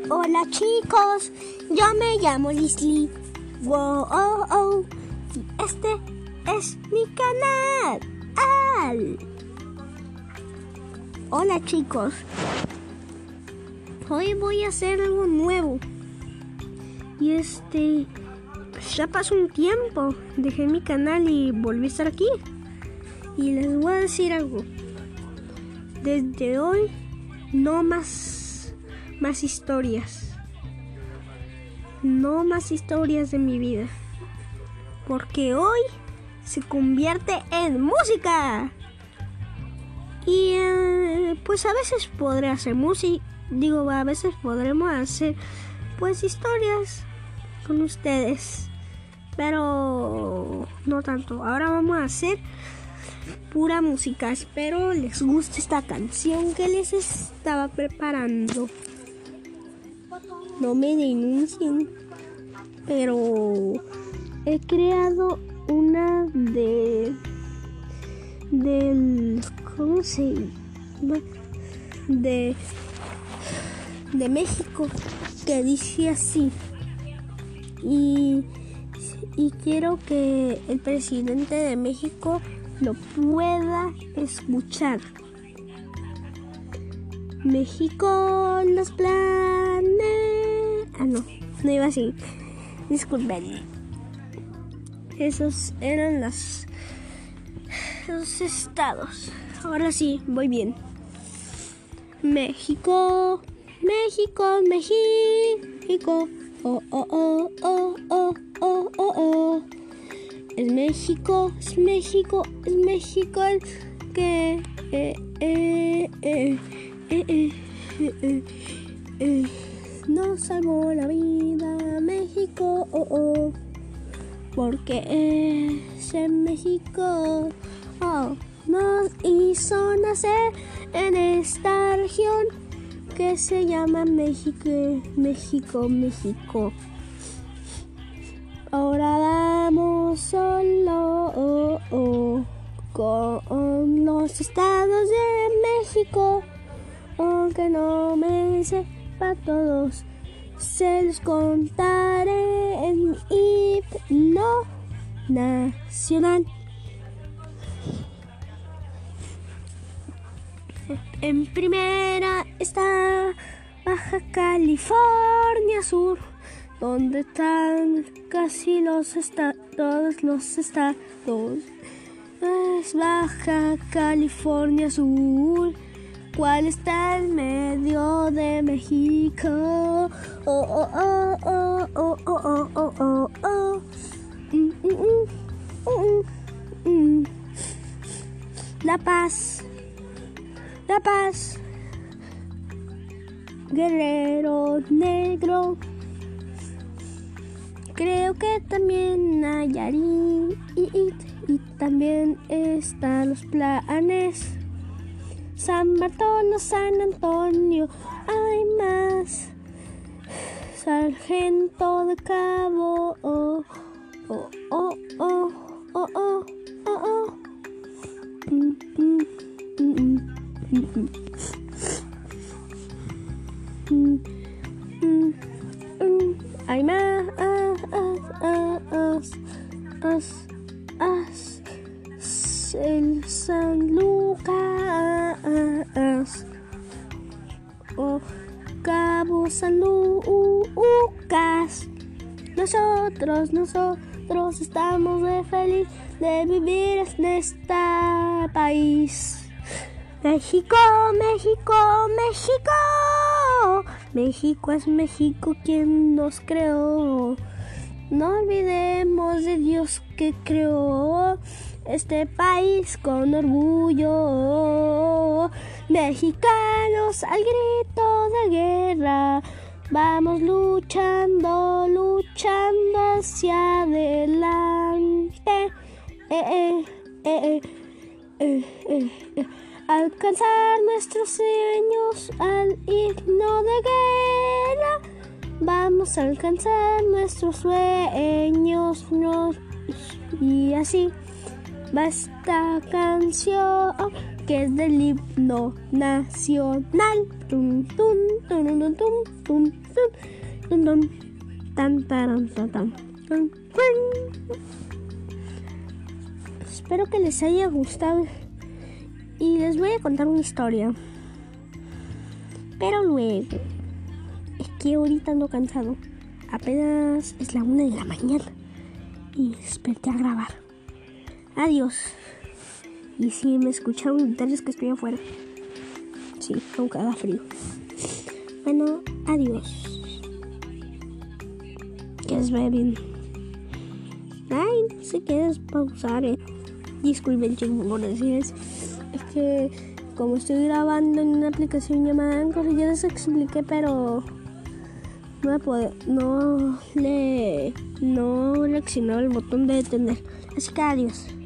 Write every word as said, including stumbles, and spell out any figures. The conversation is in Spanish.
Hola chicos, yo me llamo Leslie. Wow, oh, oh. Y este es mi canal. Al. Hola chicos, hoy voy a hacer algo nuevo. Y este, pues ya pasó un tiempo. Dejé mi canal y volví a estar aquí. Y les voy a decir algo. Desde hoy, no más, más historias. No más historias de mi vida. Porque hoy se convierte en música. Y eh, pues a veces podré hacer música. Digo, a veces podremos hacer pues historias con ustedes. Pero no tanto. Ahora vamos a hacer pura música. Espero les guste esta canción que les estaba preparando. No me denuncien, pero he creado una de del ¿cómo se llama? de de México, que dice así, y y quiero que el presidente de México lo pueda escuchar. México, los planes. Ah, no, no iba así. Disculpen. Esos eran los, los estados. Ahora sí, voy bien. México, México, México. Oh, oh, oh, oh, oh, oh, oh, oh. Es México, es México, es México el que eh, eh, eh, eh, eh, eh, eh, nos salvó la vida. México, oh, oh, porque es en México, oh, nos hizo nacer en esta región que se llama México, México, México. Ahora vamos solo oh, oh, con los estados de México, aunque no me sepa todos, se los contaré en mi himno nacional. En primera está Baja California Sur, donde están casi los estados, todos los estados. Es Baja California Sur, cuál está en medio de México. Oh, oh, oh, oh, oh, oh, oh, oh, oh. Mm, mm, mm, mm, mm. La Paz, La Paz, Guerrero Negro. Creo que también Nayarit y, y, y también están los planes. San Bartolo, San Antonio, hay más. Sargento de Cabo, oh, oh, oh, oh, oh, oh, oh, oh. Mm, mm, mm, mm, mm, mm. Mm, mm. Hay más. As, as, as, el San Lucas, oh, Cabo San Lucas. Nosotros, nosotros estamos de feliz de vivir en este país. México, México, México. México es México quien nos creó. No olvidemos de Dios que creó este país con orgullo. Mexicanos al grito de guerra, vamos luchando, luchando hacia adelante. Eh, eh, eh, eh, eh, eh. Alcanzar nuestros sueños al himno de guerra. Vamos a alcanzar nuestros sueños, no, y así va esta canción que es del himno nacional. Tum, tum, tum, tum, tum, tum, tum, tum, tan, taran, tan, tan, tan, tan. Espero que les haya gustado y les voy a contar una historia. Pero luego, es que ahorita ando cansado. Apenas es la una de la mañana y me desperté a grabar. Adiós. Y si me escucharon gritar es que estoy afuera. Sí, aunque haga frío. Bueno, adiós. Que les vaya bien. Ay, no sé qué es pausar. Eh. Disculpen, chicos, por decir eso. Es que como estoy grabando en una aplicación llamada Anchor, ya les expliqué, pero no me puedo, no le no reaccionaba el botón de detener. Así que adiós.